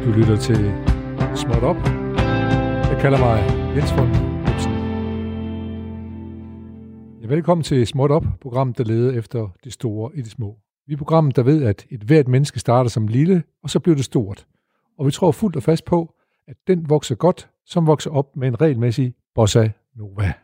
Du lytter til Småt Op. Jeg kalder mig Jens von Ibsen. Ja, velkommen til Småt Op, programmet, der leder efter det store i det små. Vi er programmet, der ved, at et hvert menneske starter som lille, og så bliver det stort. Og vi tror fuldt og fast på, at den vokser godt, som vokser op med en regelmæssig bossa nova.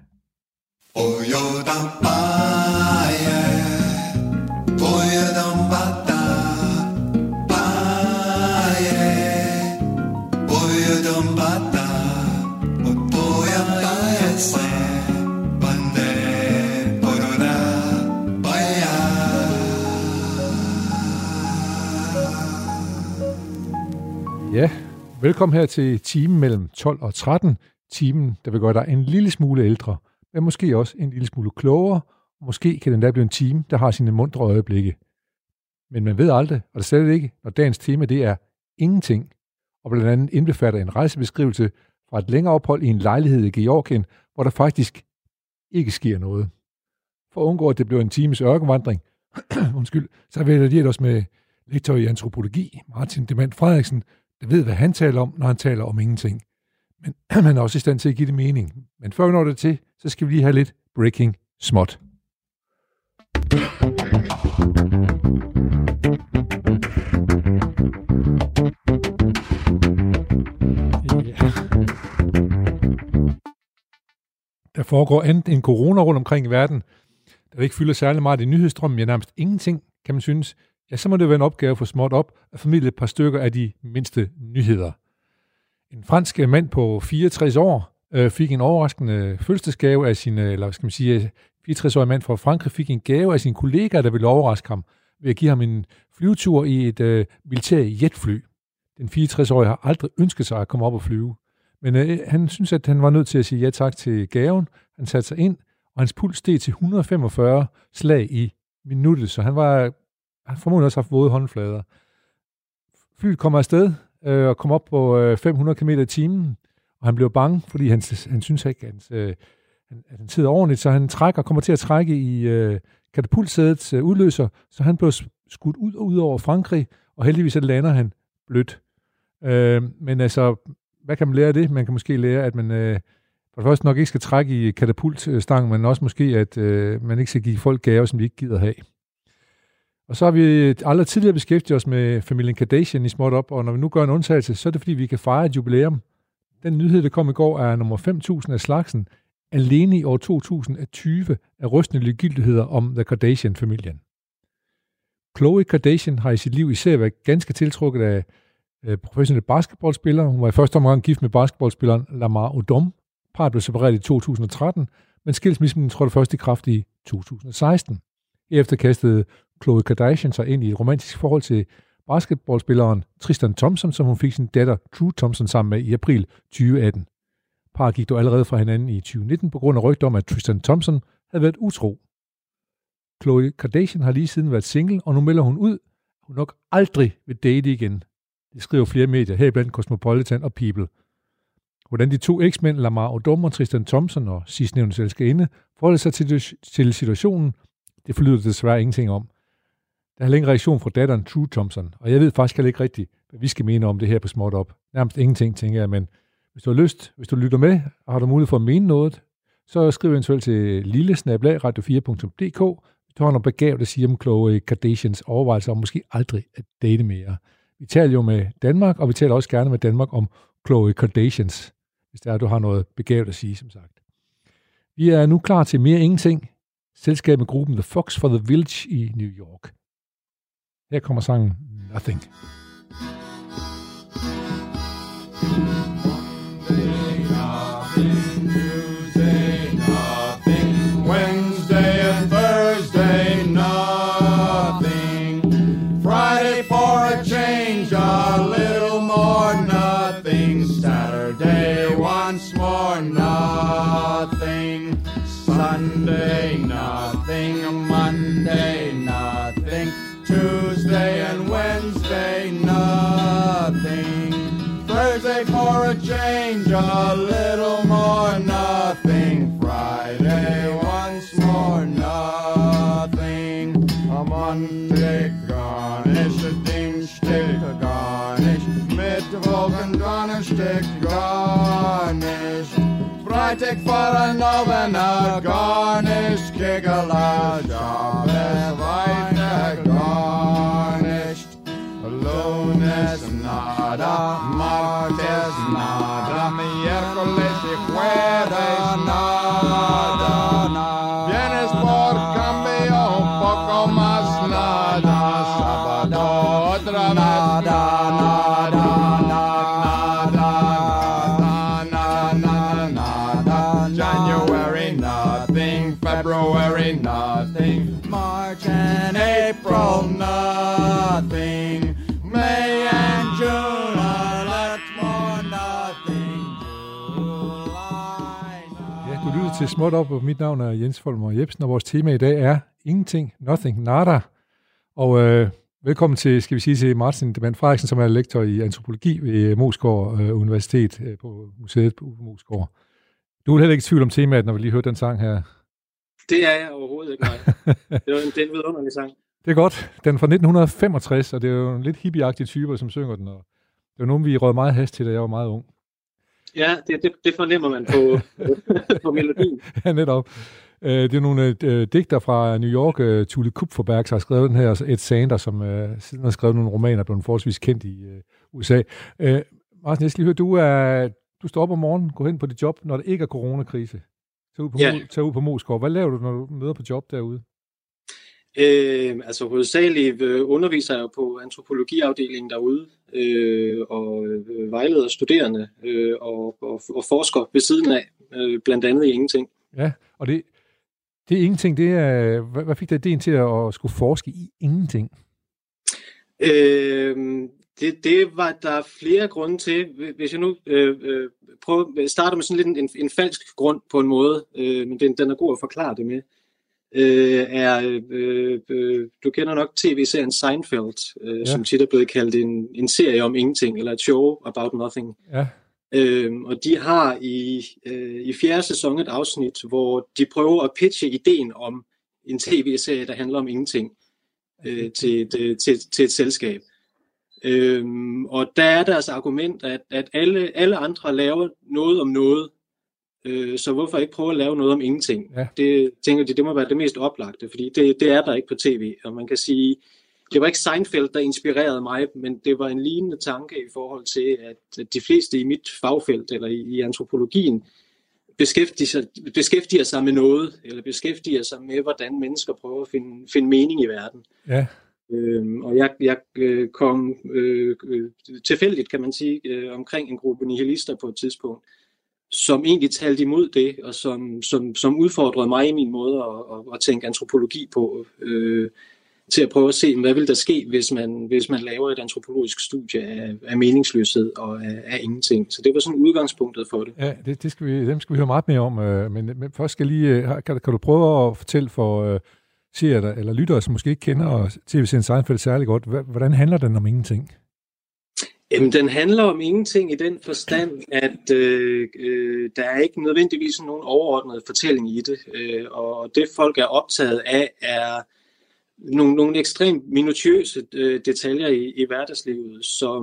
Ja, velkommen her til timen mellem 12 og 13. Timen, der vil gøre dig en lille smule ældre, men måske også en lille smule klogere. Måske kan den da blive en time, der har sine muntre øjeblikke. Men man ved aldrig, og det slet ikke, når dagens tema det er ingenting, og blandt andet indbefatter en rejsebeskrivelse fra et længere ophold i en lejlighed i Georgien, hvor der faktisk ikke sker noget. For at undgå, at det bliver en times ørkenvandring, så vil jeg lige os med lektor i antropologi, Martin Demand Frederiksen, der ved, hvad han taler om, når han taler om ingenting. Men han er også i stand til at give det mening. Men før vi når det til, så skal vi lige have lidt breaking småt. Der foregår andet end corona rundt omkring i verden, der ikke fylder særlig meget i nyhedsstrømmen, ja nærmest ingenting, kan man synes. Ja, så må det være en opgave for Småt Op at formidle et par stykker af de mindste nyheder. En fransk mand på 64 år fik en overraskende fødselsdagsgave af sin, 64-årig mand fra Frankrig fik en gave af sin kollega, der ville overraske ham ved at give ham en flyvetur i et militær jetfly. Den 64-årige har aldrig ønsket sig at komme op og flyve, men han synes, at han var nødt til at sige ja tak til gaven. Han satte sig ind, og hans puls steg til 145 slag i minuttet, så han formodentlig også haft våde håndflader. Flyet kommer afsted og kommer op på 500 km i timen, og han bliver bange, fordi han synes ikke, at han sidder ordentligt, så han kommer til at trække i katapultsædets udløser, så han bliver skudt ud over Frankrig, og heldigvis så lander han blødt. Men altså, hvad kan man lære af det? Man kan måske lære, at man for det første nok ikke skal trække i katapultstangen, men også måske, at man ikke skal give folk gaver, som de ikke gider have. Og så har vi aldrig tidligere beskæftiget os med familien Kardashian i Småt Op, og når vi nu gør en undtagelse, så er det fordi, vi kan fejre et jubilæum. Den nyhed, der kom i går, er nummer 5.000 af slagsen. Alene i år 2020 er rystende ligegyldigheder om The Kardashian-familien. Khloe Kardashian har i sit liv især været ganske tiltrukket af professionelle basketballspillere. Hun var i første omgang gift med basketballspilleren Lamar Odom. Parret blev separeret i 2013, men skilsmissen trådte først i kraft i 2016. Efter kastede Khloe Kardashian sig ind i et romantisk forhold til basketballspilleren Tristan Thompson, som hun fik sin datter True Thompson sammen med i april 2018. Parret gik dog allerede fra hinanden i 2019 på grund af rygter om, at Tristan Thompson havde været utro. Khloe Kardashian har lige siden været single, og nu melder hun ud, at hun nok aldrig vil date igen. Det skriver flere medier, heriblandt Cosmopolitan og People. Hvordan de to eksmænd, Lamar Odom og Tristan Thompson og sidstnævnte selskabinde, forholder sig til situationen, det forlyder desværre ingenting om. Der er længe reaktion fra datteren True Thompson, og jeg ved faktisk heller ikke rigtigt, hvad vi skal mene om det her på Småt Op. Nærmest ingenting, tænker jeg, men hvis du har lyst, hvis du lytter med, og har du mulighed for at mene noget, så skriv eventuelt til lille@radio4.dk, hvis du har noget begavet at sige om Khloe Kardashians overvejelser om måske aldrig at date mere. Vi taler jo med Danmark, og vi taler også gerne med Danmark om Khloe Kardashians, hvis der er, du har noget begavet at sige, som sagt. Vi er nu klar til mere ingenting. Selskab med gruppen The Fox for the Village i New York. Her kommer sangen Nothing. Sunday, nothing. Monday, nothing. Tuesday and Wednesday, nothing. Thursday for a change, a little more, nothing. Friday, once more, nothing. A Monday, garnish, a ding, stick, a garnish. Mittwoch, garnished. Freitag for an oven, a garnished kegela. Shabbos, Freitag, garnished. Lunes, nada. Martes, nada. Miércoles y jueves, nada. Viernes por cambio, un poco más nada. Sábado, otra vez nada, nada, nada. January, nothing. February, nothing. March and April, nothing. May and June, a lot more nothing. July, Ja, du lytter til Småt Op, og mit navn er Jens Folmer Jebsen, og vores tema i dag er ingenting, nothing, nada. Og velkommen til, skal vi sige, til Martin Demand Frederiksen, som er lektor i antropologi ved Moesgaard Universitet på museet på Moesgaard. Du er heller ikke i tvivl om temaet, når vi lige hørte den sang her. Det er jeg overhovedet ikke, nej. Det var en vidunderlig sang. Det er godt. Den er fra 1965, og det er jo en lidt hippieagtige typer, som synger den. Og det var nogen, vi rød meget hast til, da jeg var meget ung. Ja, det fornemmer man på melodien. Ja, netop. Det er nogle digter fra New York. Tule Kupferberg har skrevet den her, og Ed Sander, som siden har skrevet nogle romaner, der er forholdsvis kendt i USA. Martin, jeg skal lige høre, du står op om morgenen, går hen på dit job, når det ikke er coronakrise. Tag ud på Moesgaard. Hvad laver du, når du møder på job derude? Altså hovedsageligt underviser jeg på antropologiafdelingen derude, og vejleder studerende, og forsker ved siden af, blandt andet i ingenting. Ja, og det er ingenting, det er, hvad fik dig idéen til at skulle forske i ingenting? Det var der flere grunde til. Hvis jeg nu starter med sådan lidt en falsk grund på en måde, men den er god at forklare det med. Du kender nok tv-serien Seinfeld, som tit er blevet kaldt en serie om ingenting, eller et show about nothing. Ja. Og de har i 4. sæson et afsnit, hvor de prøver at pitche ideen om en tv-serie, der handler om ingenting, til et selskab. Og der er deres argument, at alle andre laver noget om noget, så hvorfor ikke prøve at lave noget om ingenting? Ja. Det tænker de, det må være det mest oplagte, fordi det er der ikke på tv. Og man kan sige, det var ikke Seinfeld, der inspirerede mig, men det var en lignende tanke i forhold til, at de fleste i mit fagfelt, eller i antropologien, beskæftiger sig med noget, eller beskæftiger sig med, hvordan mennesker prøver at finde mening i verden. Ja. Og jeg kom tilfældigt, kan man sige, omkring en gruppe nihilister på et tidspunkt, som egentlig talte imod det, og som udfordrede mig i min måde at tænke antropologi på, til at prøve at se, hvad vil der ske, hvis man laver et antropologisk studie af meningsløshed og af ingenting. Så det var sådan udgangspunktet for det. Ja, dem skal vi høre meget mere om, men først skal lige, kan du prøve at fortælle for seere eller lyttere, som måske ikke kender tv-serien Seinfeld særlig godt, hvordan handler den om ingenting? Jamen, den handler om ingenting i den forstand, at der er ikke nødvendigvis nogen overordnet fortælling i det, og det folk er optaget af er nogle ekstremt minutiøse detaljer i hverdagslivet,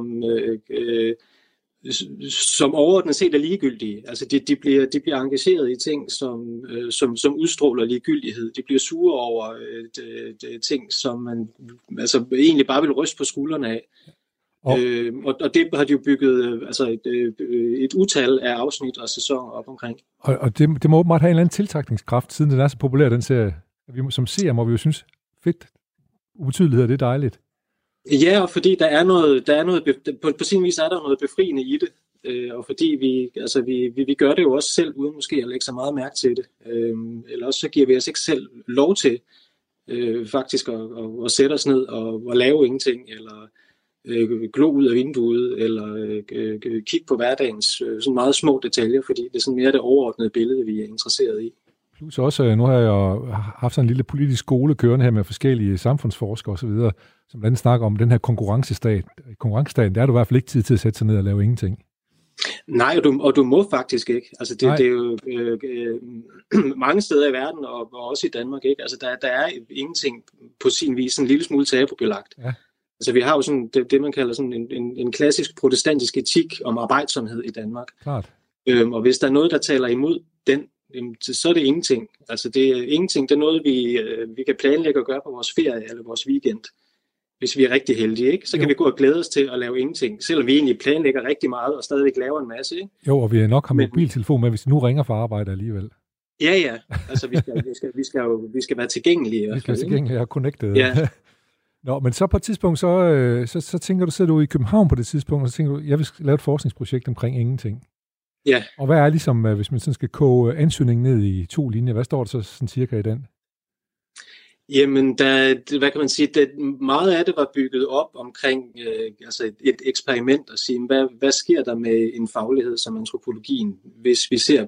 som overordnet set er ligegyldige. Altså de bliver engageret i ting, som udstråler ligegyldighed. De bliver sure over ting, som man altså egentlig bare vil ryste på skuldrene af. Og det har de jo bygget et utal af afsnit og sæsoner op omkring. Og det må åbenbart have en eller anden tiltrækningskraft, siden den er så populær, den serie. Vi som seere må vi jo synes, fedt, ubetydelighed, det er dejligt. Ja, og fordi der er noget på sin vis er der noget befriende i det, og fordi vi gør det jo også selv, uden måske at lægge så meget mærke til det. Eller også så giver vi os ikke selv lov til faktisk at sætte os ned og lave ingenting, eller glo ud af vinduet, eller kigge på hverdagens sådan meget små detaljer, fordi det er sådan mere det overordnede billede, vi er interesseret i. Plus også, nu har jeg haft sådan en lille politisk skole kørende her med forskellige samfundsforskere osv., som blandt andet snakker om den her konkurrencestat. I konkurrencestaten, der er du i hvert fald ikke tid til at sætte sig ned og lave ingenting. Nej, og du må faktisk ikke. Altså det er jo mange steder i verden, og også i Danmark, ikke? Altså der er ingenting på sin vis en lille smule tabubelagt. Ja. Altså vi har jo sådan det man kalder sådan en klassisk protestantisk etik om arbejdsomhed i Danmark. Klart. Og hvis der er noget, der taler imod den, så er det ingenting. Altså det er ingenting, det er noget, vi kan planlægge og gøre på vores ferie eller vores weekend. Hvis vi er rigtig heldige, ikke? Så kan vi gå og glæde os til at lave ingenting, selvom vi egentlig planlægger rigtig meget og stadigvæk laver en masse. Ikke? Jo, og vi nok har mobiltelefon med, hvis vi nu ringer for arbejde alligevel. Ja. Altså vi skal være tilgængelige. Vi skal være tilgængelige og connected. Ja. Nå, men så på et tidspunkt, så tænker du, sidder du i København på det tidspunkt, og så tænker du, jeg vil lave et forskningsprojekt omkring ingenting. Ja. Og hvad er ligesom, hvis man sådan skal koge ansøgningen ned i 2 linjer, hvad står der så sådan cirka i den? Jamen, hvad kan man sige, meget af det var bygget op omkring altså et eksperiment at sige, hvad sker der med en faglighed som antropologien, hvis vi ser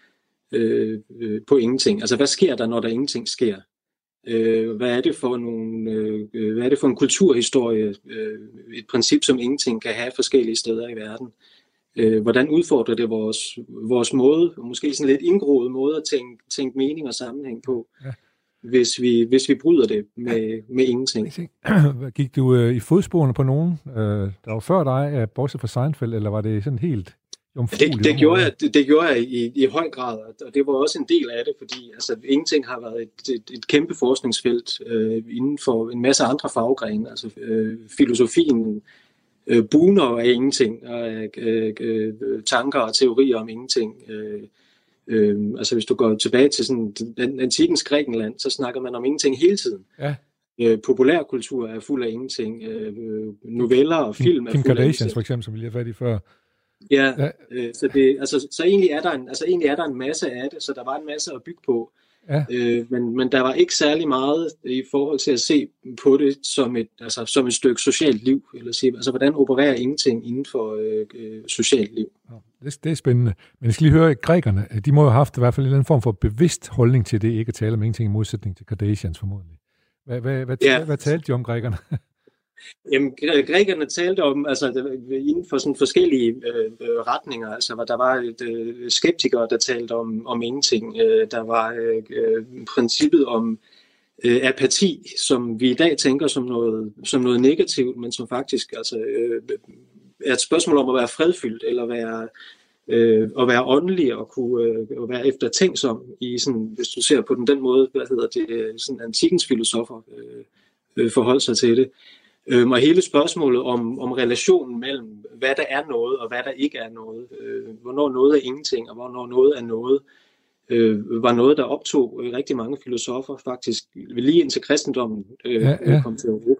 på ingenting? Altså, hvad sker der, når der ingenting sker? Hvad er det for en kulturhistorie, et princip, som ingenting kan have forskellige steder i verden? Hvordan udfordrer det vores måde, måske sådan lidt indgroet måde at tænke mening og sammenhæng på? Ja. Hvis vi bryder det med ingenting. Gik du i fodsporene på nogen, der var før dig, bortset fra Seinfeld, eller var det sådan helt jomfrueligt? Det gjorde jeg i høj grad, og det var også en del af det, fordi altså, ingenting har været et kæmpe forskningsfelt inden for en masse andre faggrene. Altså filosofien buner af ingenting, og tanker og teorier om ingenting. Altså hvis du går tilbage til sådan antikkens Grækenland, så snakker man om ingenting hele tiden. Ja. Populærkultur er fuld af ingenting. Noveller og film er fuld af Kardashians for eksempel, som vi lige har fat i før. Ja. Så egentlig er der en masse af det, så der var en masse at bygge på. Ja. Men der var ikke særlig meget i forhold til at se på det som et stykke socialt liv, eller sige, altså hvordan opererer ingenting inden for socialt liv. Det er spændende. Men jeg skal lige høre, grækerne, de må jo have haft i hvert fald en eller anden form for bevidst holdning til det, ikke at tale om ingenting i modsætning til Kardashians formodentlig. Hvad talte de om, grækerne? Jamen, grækerne talte om, altså inden for sådan forskellige retninger, altså der var skeptikere, der talte om ingenting. Der var princippet om apati, som vi i dag tænker som noget negativt, men som faktisk altså er et spørgsmål om at være fredfyldt, eller at være åndelig og kunne være eftertænksom i sådan, hvis du ser på den måde, sådan antikkens filosofer forholde sig til det. Og hele spørgsmålet om relationen mellem, hvad der er noget, og hvad der ikke er noget, hvornår noget er ingenting, og hvornår noget er noget, var noget, der optog rigtig mange filosofer faktisk, lige indtil kristendommen kom til Europa.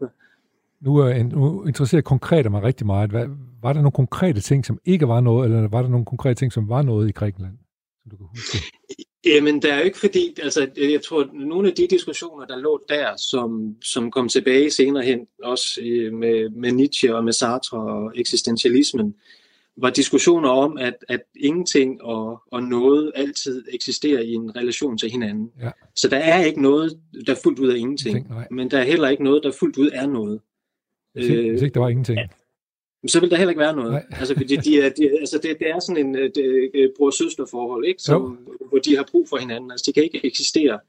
Nu interesserer konkret mig rigtig meget. Var der nogle konkrete ting, som ikke var noget, eller var der nogle konkrete ting, som var noget i Grækenland, som du kan huske? Jamen, der er jo ikke fordi, altså jeg tror, nogle af de diskussioner, der lå der, som kom tilbage senere hen, også med Nietzsche og med Sartre og eksistentialismen, var diskussioner om, at ingenting og noget altid eksisterer i en relation til hinanden. Ja. Så der er ikke noget, der fuldt ud er ingenting, men der er heller ikke noget, der fuldt ud er noget. Hvis ikke der var ingenting. Så vil der heller ikke være noget. Altså, det er sådan en bror-søster-forhold, ikke? Hvor de har brug for hinanden. Altså, de kan ikke eksistere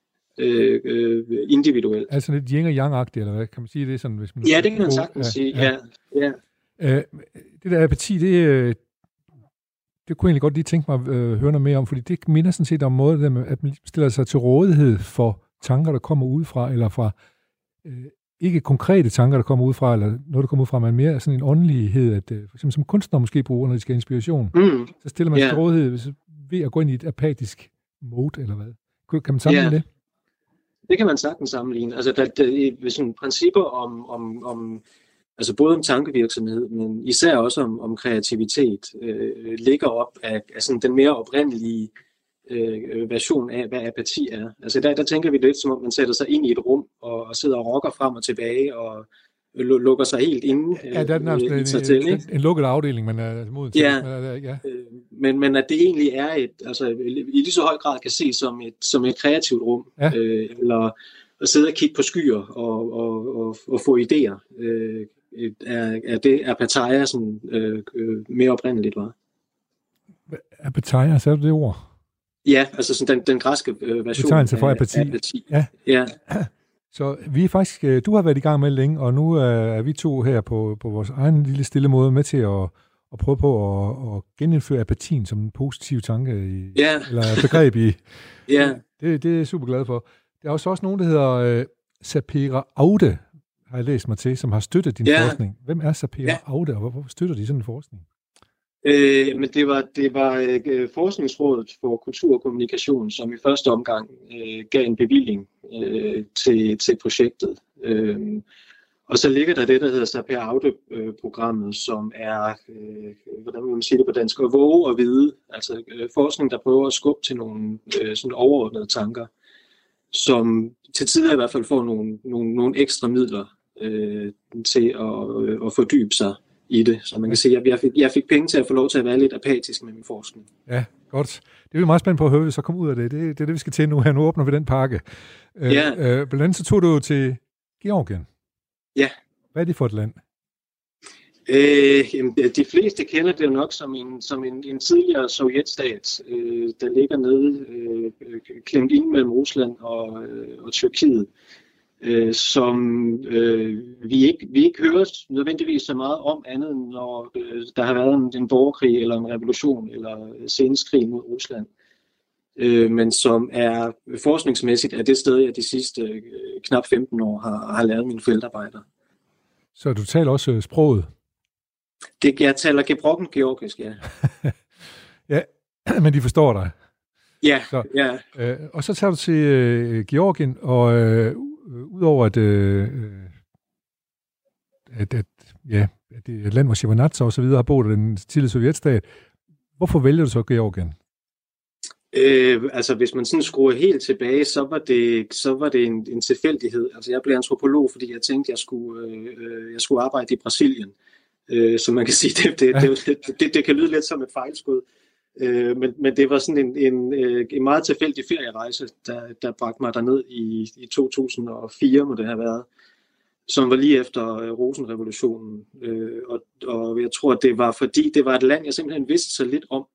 individuelt. Altså lidt yin og yang-agtigt, eller hvad? Kan man sige det sådan? Hvis man ja, det kan man sagtens sige, ja. Det der apati, det kunne jeg egentlig godt lige tænke mig at høre noget mere om, fordi det minder sådan set om måde, at man stiller sig til rådighed for tanker, der kommer udefra, eller fra ikke konkrete tanker, der kommer udefra, eller noget, der kommer udefra, men mere sådan en åndelighed, at for eksempel som kunstner måske bruger, når de skal have inspiration, så stiller man sig til rådighed ved at gå ind i et apatisk mode, eller hvad? Kan man sammenligne det? Det kan man sagtens sammenligne. Altså, der sådan principper om altså både om tankevirksomhed, men især også om kreativitet, ligger op af sådan den mere oprindelige version af, hvad apati er. Altså der tænker vi lidt, som om man sætter sig ind i et rum, og sidder og rokker frem og tilbage, og lukker sig helt inde. Ja, det er nærmest en lukket afdeling, man er moden til. Ja. Men at det egentlig er i lige så høj grad kan ses som et kreativt rum, eller at sidde og kigge på skyer og få idéer. Er apatheia sådan mere oprindeligt, var? Apatheia, så er det ord? Ja, altså sådan den græske version. Betegnelse for apati. Ja. Så vi er faktisk, du har været i gang med længe, og nu er vi to her på vores egen lille stille måde med til at prøve på at genindføre apatien som en positiv tanke eller begreb i. Ja. Det er jeg super glad for. Der er også nogen, der hedder Sapere Aude, har jeg læst mig til, som har støttet din forskning. Hvem er Sapere Aude, og hvorfor støtter de sådan en forskning? Men det var Forskningsrådet for Kultur og Kommunikation, som i første omgang gav en bevilling til projektet. Og så ligger der det, der hedder Sapere Aude-programmet, som er, hvordan vil man sige det på dansk, at våge og vide. Altså forskning, der prøver at skubbe til nogle sådan overordnede tanker, som til tider i hvert fald får nogle ekstra midler til at fordybe sig i det. Så man kan sige, at jeg fik penge til at få lov til at være lidt apatisk med min forskning. Ja, godt. Det er vi meget spændt på at høre, hvis vi så kommer ud af det. Det er det, vi skal til nu her. Nu åbner vi den pakke. Blandt andet så tog du til Georgien. Ja. Hvad er det for et land? De fleste kender det nok som en tidligere sovjetstat, der ligger nede klemt ind mellem Rusland og Tyrkiet, som vi ikke hører nødvendigvis så meget om andet, når der har været en borgerkrig eller en revolution eller senest krig mod Rusland. Men som er forskningsmæssigt er det sted, jeg de sidste knap 15 år har lavet mine feltarbejder. Så du taler også sproget? Jeg taler gebrokken georgisk, ja. Ja, men de forstår dig? Ja, så, ja. Og så tager du til Georgien, og udover at det er et land, hvor Shevardnadze og så videre har boet i den tidlige sovjetstat, hvorfor vælger du så Georgien? Altså hvis man sådan skruer helt tilbage, så var det en tilfældighed. Altså jeg blev antropolog, fordi jeg tænkte, jeg skulle arbejde i Brasilien. Så man kan sige, det kan lyde lidt som et fejlskud. Men det var sådan en meget tilfældig ferierejse, der bragte mig derned i 2004, må det have været, som var lige efter Rosenrevolutionen. Og jeg tror, det var fordi, det var et land, jeg simpelthen vidste så lidt om.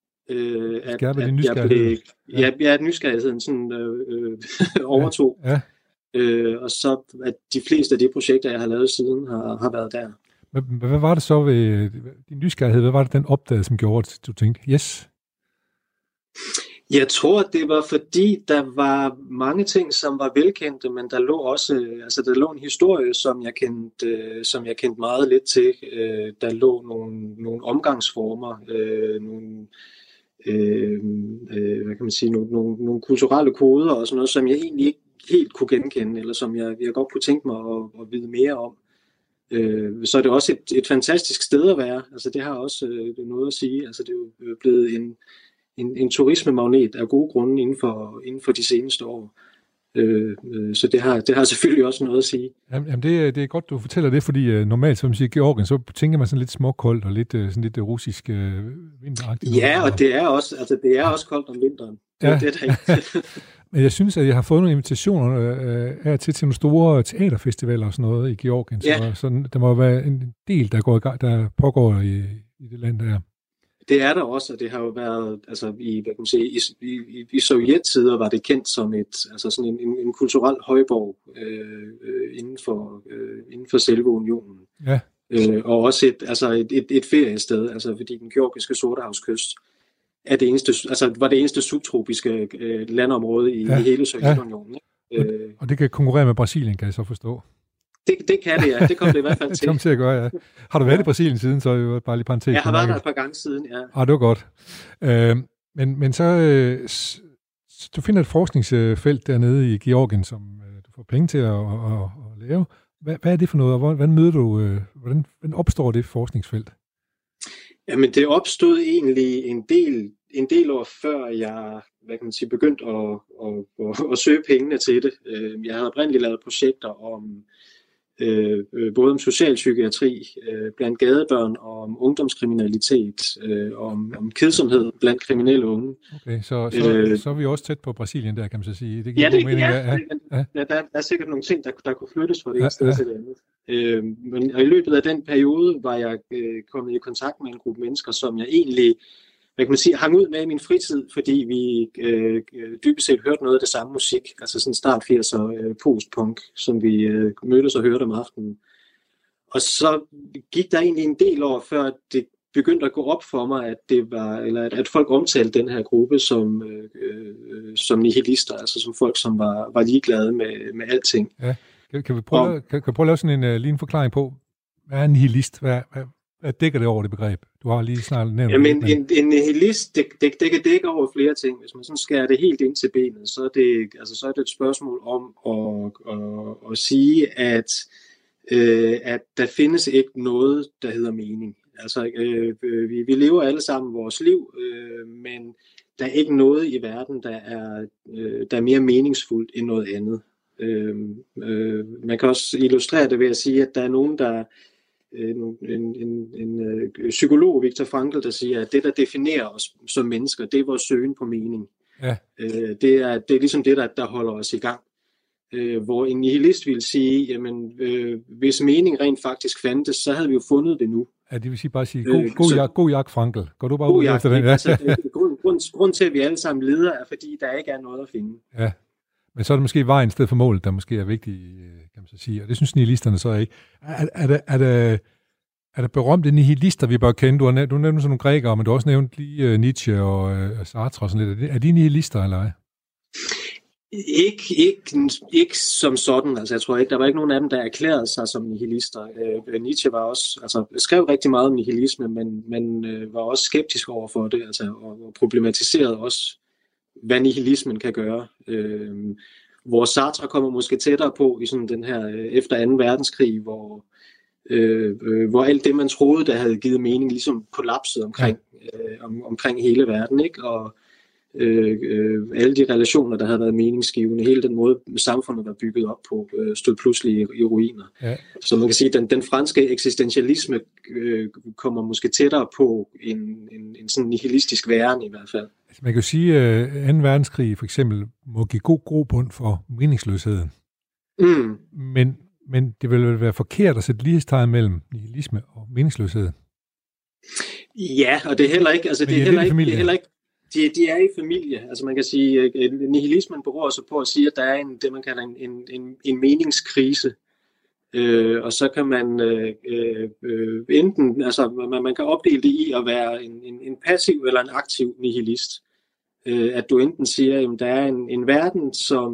At nysgerrigheden sådan overtog. Ja. Og så at de fleste af de projekter, jeg har lavet siden, har været der. Hvad var det så ved din nysgerrighed? Hvad var det, den opdagede, som gjorde, at du tænkte, yes? Jeg tror, det var fordi, der var mange ting, som var velkendte, men der lå også, der lå en historie, som jeg kendte meget lidt til. Der lå nogle omgangsformer, hvad kan man sige, nogle kulturelle koder og sådan noget, som jeg egentlig ikke helt kunne genkende, eller som jeg godt kunne tænke mig at vide mere om. Så er det også et fantastisk sted at være. Altså det har også noget at sige. Altså det er jo blevet en turismemagnet af gode grunde inden for de seneste år. Så det har selvfølgelig også noget at sige. Jamen det er godt, du fortæller det, fordi normalt, som man siger, Georgien, så tænker man sådan lidt småkoldt og lidt sådan lidt russisk vinteragtigt. Ja, og det er også koldt om vinteren. Ja. Det er ikke. Men jeg synes, at jeg har fået nogle invitationer af til nogle store teaterfestivaler og sådan noget i Georgien. Ja. Så der må være en del, der pågår i det land der. Det er der også, og det har jo været, altså i sovjettider var det kendt som sådan en kulturel højborg inden for selve unionen. Ja. Og også et feriested, altså fordi den georgiske Sortehavskyst er var det eneste subtropiske landområde i hele Sovjetunionen. Ja. Og det kan konkurrere med Brasilien, kan jeg så forstå. Det kan det, ja. Det kom det i hvert fald til. Det kom til at gøre, ja. Har du været i Brasilien siden, så er jo bare lige parentes. Jeg har været der et par gange siden, ja. Det var godt. Men så du finder et forskningsfelt dernede i Georgien, som du får penge til at lave. Hvad er det for noget, og hvordan møder du, hvordan opstår det forskningsfelt? Jamen, det opstod egentlig en del år før jeg, begyndte at søge pengene til det. Jeg havde oprindeligt lavet projekter om både om socialpsykiatri blandt gadebørn, og om ungdomskriminalitet, om kedsomhed blandt kriminelle unge. Okay, så er vi også tæt på Brasilien der, kan man så sige. Det giver mening. Der er sikkert nogle ting, der kunne flyttes fra det ene sted til det andet. Men i løbet af den periode var jeg kommet i kontakt med en gruppe mennesker, som jeg egentlig hvad kan man sige, hang ud med i min fritid, fordi vi dybest set hørte noget af det samme musik, altså sådan start 80'er postpunk, som vi mødtes og hørte om aftenen. Og så gik der egentlig en del år, før det begyndte at gå op for mig, at det var, eller at folk omtalte den her gruppe som nihilister, altså som folk, som var ligeglade med alting. Ja. Kan vi prøve at lave sådan en forklaring på, hvad er en nihilist? Hvad dækker det over det begreb? Du har lige snart nævnt. Jamen, en nihilist, det kan dække over flere ting. Hvis man sådan skærer det helt ind til benet, så er det et spørgsmål om at sige, at der findes ikke noget, der hedder mening. Altså, vi lever alle sammen vores liv, men der er ikke noget i verden, der er mere meningsfuldt end noget andet. Man kan også illustrere det ved at sige, at der er nogen, der en psykolog, Viktor Frankl, der siger, at det, der definerer os som mennesker, det er vores søgen på mening. Ja. Det er ligesom det, der holder os i gang. Hvor en nihilist vil sige, jamen, hvis mening rent faktisk fandtes, så havde vi jo fundet det nu. Ja, det vil sige god jagt, Frankl. Går du bare ud efter den? Ja. Altså, grund til, at vi alle sammen lider, er, fordi der ikke er noget at finde. Ja, men så er det måske vejen i stedet for målet, der måske er vigtigt, kan man så sige. Og det synes nihilisterne så ikke. Er der berømte nihilister, vi bør kende? Du nævnte sådan nogle grækere, men du har også nævnt lige Nietzsche og Sartre og sådan lidt. Er de nihilister, eller ej? Ikke som sådan. Altså, jeg tror ikke, der var ikke nogen af dem, der erklærede sig som nihilister. Nietzsche var også, skrev rigtig meget om nihilisme, men var også skeptisk over for det, altså, og problematiserede også, hvad nihilismen kan gøre. Hvor Sartre kommer måske tættere på i sådan den her efter 2. verdenskrig, hvor alt det, man troede, der havde givet mening, ligesom kollapsede omkring hele verden, ikke? Og alle de relationer, der havde været meningsgivende, hele den måde, samfundet var bygget op på, stod pludselig i ruiner. Ja. Så man kan sige, at den franske eksistentialisme kommer måske tættere på en sådan nihilistisk væren i hvert fald. Altså, man kan jo sige, at 2. verdenskrig for eksempel må give god grobund for meningsløsheden. Mm. Men det vil vel være forkert at sætte lighedstegn mellem nihilisme og meningsløshed? Ja, og det er heller ikke, de er i familie. Altså man kan sige, at nihilismen beror så på at sige, at der er det, man kalder en meningskrise. Og så kan man enten, altså man kan opdele det i at være en passiv eller en aktiv nihilist. At du enten siger, at der er en verden,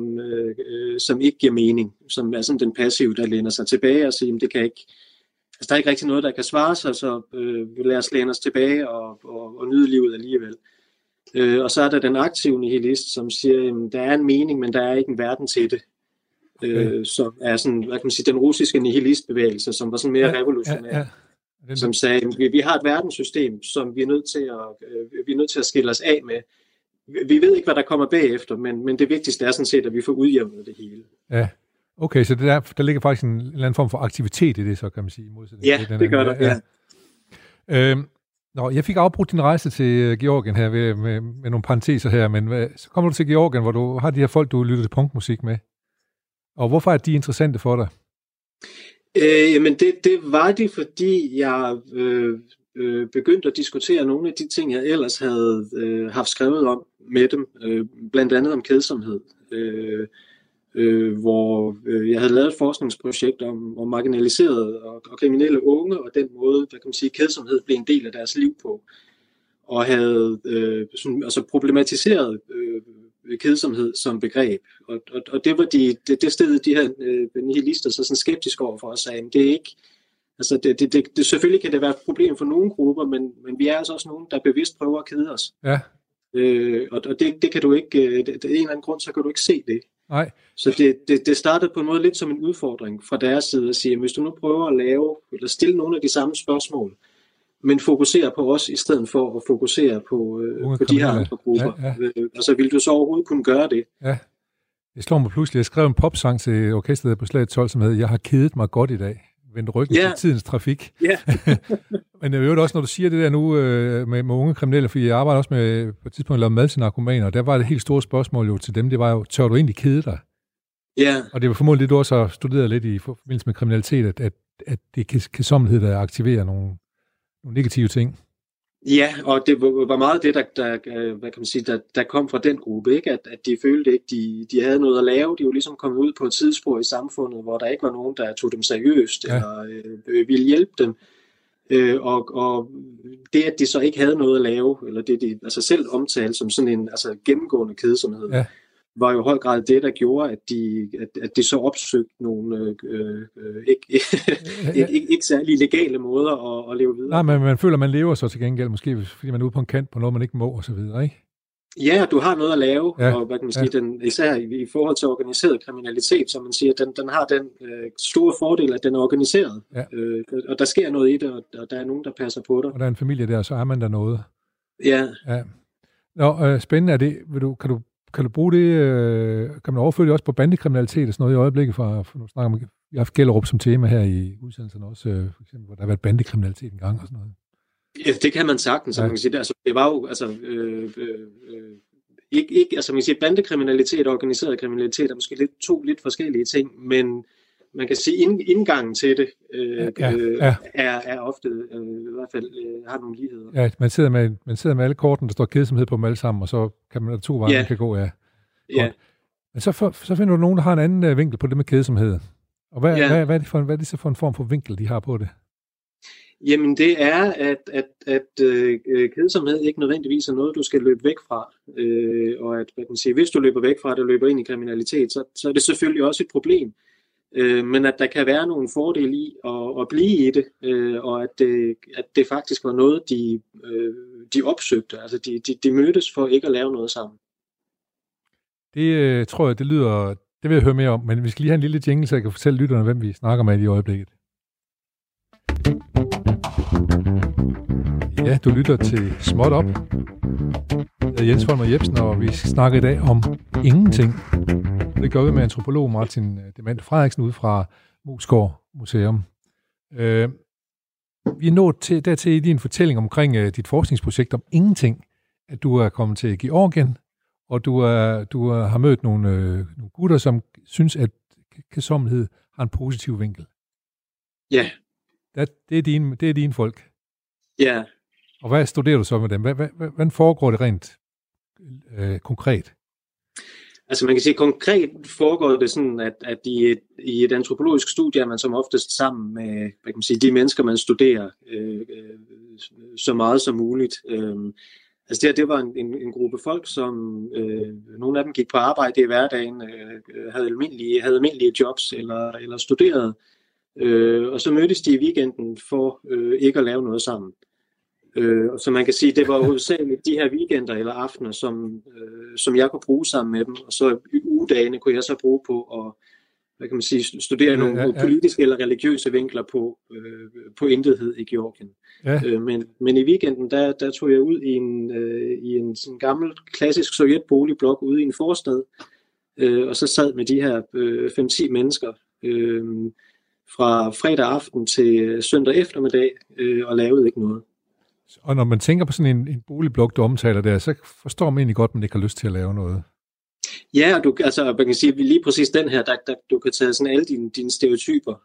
som ikke giver mening, som er sådan den passive, der læner sig tilbage og siger, at det kan ikke, altså der er ikke rigtig noget, der kan svare sig, så lad os læne os tilbage og nyde livet alligevel. Og så er der den aktive nihilist, som siger, at der er en mening, men der er ikke en verden til det. Som er sådan, hvad kan man sige, den russiske nihilistbevægelse, som var sådan mere revolutionær. Som sagde, at vi har et verdenssystem, som vi er nødt til at skille os af med. Vi ved ikke, hvad der kommer bagefter, men det vigtigste er sådan set, at vi får udjævnet det hele. Ja, okay, så der ligger faktisk en eller anden form for aktivitet i det, så kan man sige. Ja, det gør der, ja. Jeg fik afbrudt din rejse til Georgien her med nogle parenteser her, men så kommer du til Georgien, hvor du har de her folk, du lytter til punkmusik med. Og hvorfor er de interessante for dig? Jamen det var de, fordi jeg begyndte at diskutere nogle af de ting, jeg ellers havde haft skrevet om med dem, blandt andet om kedsomhed, hvor jeg havde lavet et forskningsprojekt om marginaliserede og kriminelle unge, og den måde, hvad kan man sige, kedsomhed blev en del af deres liv på, og havde problematiseret kedsomhed som begreb, og det var det sted, de her nihilister så sådan skeptisk over for os, sagde, det er ikke, altså det selvfølgelig kan det være et problem for nogle grupper, men vi er altså også nogen, der bevidst prøver at kede os. Ja. Og det kan du ikke, af en eller anden grund, så kan du ikke se det. Nej. Så det startede på en måde lidt som en udfordring fra deres side at sige, at hvis du nu prøver at lave, eller stille nogle af de samme spørgsmål, men fokusere på os, i stedet for at fokusere på de her andre grupper. Ja. Altså, vil du så overhovedet kunne gøre det? Ja. Det slår mig pludselig. Jeg skrev en popsang til orkestret på Slaget 12, som hedder Jeg har kedet mig godt i dag. Vendt ryggen til tidens trafik. Ja. Men jeg hører også, når du siger det der nu med unge kriminelle, fordi jeg arbejder også med på et tidspunkt at lave mad til narkomaner, og der var det helt store spørgsmål jo til dem, det var jo, tør du egentlig kede dig? Ja. Og det var formodentlig det, du også har studeret lidt i forbindelse med kriminalitet, at det er kedsommelighed, der aktiverer nogle negative ting. Ja, og det var meget det, hvad kan man sige, der kom fra den gruppe, ikke? At de følte ikke, de havde noget at lave. De var ligesom kommet ud på et tidsspor i samfundet, hvor der ikke var nogen, der tog dem seriøst, eller ville hjælpe dem. Og det, at de så ikke havde noget at lave, eller det de altså selv omtalte som sådan en gennemgående kedsomhed, var jo i høj grad det, der gjorde, at de så opsøgte nogle ikke særlig legale måder at leve videre. Nej, men man føler, man lever så til gengæld, måske fordi man er ude på en kant på noget, man ikke må, og så videre, ikke? Ja, du har noget at lave, og hvad kan man sige, især i forhold til organiseret kriminalitet, som man siger, den har den store fordel, at den er organiseret. Ja. Og der sker noget i det, og der er nogen, der passer på dig. Og der er en familie der, så er man der noget. Ja. Nå, spændende er det. Kan du bruge det, kan man overføre det også på bandekriminalitet og sådan noget i øjeblikket fra nu snakker man, jeg har haft Gellerup som tema her i udsendelserne også, for eksempel, hvor der har været bandekriminalitet en gang og sådan noget. Ja, det kan man sagtens, man kan sige. Det var jo, ikke, man kan sige, bandekriminalitet og organiseret kriminalitet er måske to lidt forskellige ting, men man kan sige, indgangen til det er ofte, i hvert fald har nogle ligheder. Ja, man sidder med alle kortene, der står kedsomhed på dem alle sammen, og så kan man to veje, man kan gå, ja. Men så finder du nogen, der har en anden vinkel på det med kedsomhed. Og hvad er det så for en form for vinkel, de har på det? Jamen det er, at kedsomhed ikke nødvendigvis er noget, du skal løbe væk fra. Og at, hvad kan man sige, hvis du løber væk fra det og løber ind i kriminalitet, så er det selvfølgelig også et problem. Men at der kan være nogle fordele i at blive i det, og at det faktisk var noget, de opsøgte. Altså de mødtes for ikke at lave noget sammen. Det tror jeg, det vil jeg høre mere om, men vi skal lige have en lille jingle, så jeg kan fortælle lytterne, hvem vi snakker med i øjeblikket. Ja, du lytter til Småt Op. Jeg er Jens Holmer Jebsen, og vi snakker i dag om ingenting. Det gør vi med antropolog Martin Demant Frederiksen ud fra Moesgaard Museum. Vi er nået dertil i din fortælling omkring dit forskningsprojekt om ingenting, at du er kommet til Georgien, og du har mødt nogle gutter, som synes, at kedsommelighed har en positiv vinkel. Ja. Det er dine folk. Ja. Og hvad studerer du så med dem? Hvordan foregår det rent konkret? Altså man kan sige, konkret foregår det sådan, at i et antropologisk studie er man som oftest sammen med, hvad kan man sige, de mennesker, man studerer så meget som muligt. Altså det var en gruppe folk, som nogle af dem gik på arbejde i hverdagen, havde almindelige jobs eller studerede. Og så mødtes de i weekenden for ikke at lave noget sammen. Så man kan sige, det var hovedsageligt de her weekender eller aftener, som jeg kunne bruge sammen med dem, og så ugedagene kunne jeg så bruge på at, hvad kan man sige, studere nogle politiske eller religiøse vinkler på intethed i Georgien. Ja. Men i weekenden, der tog jeg ud i en sådan gammel, klassisk sovjetboligblok ude i en forstad, og så sad med de her 5-10 mennesker fra fredag aften til søndag eftermiddag og lavede ikke noget. Og når man tænker på sådan en boligblok, du omtaler der, så forstår man egentlig godt, at man ikke har lyst til at lave noget. Ja, og man kan sige, at lige præcis den her, der du kan tage sådan alle dine stereotyper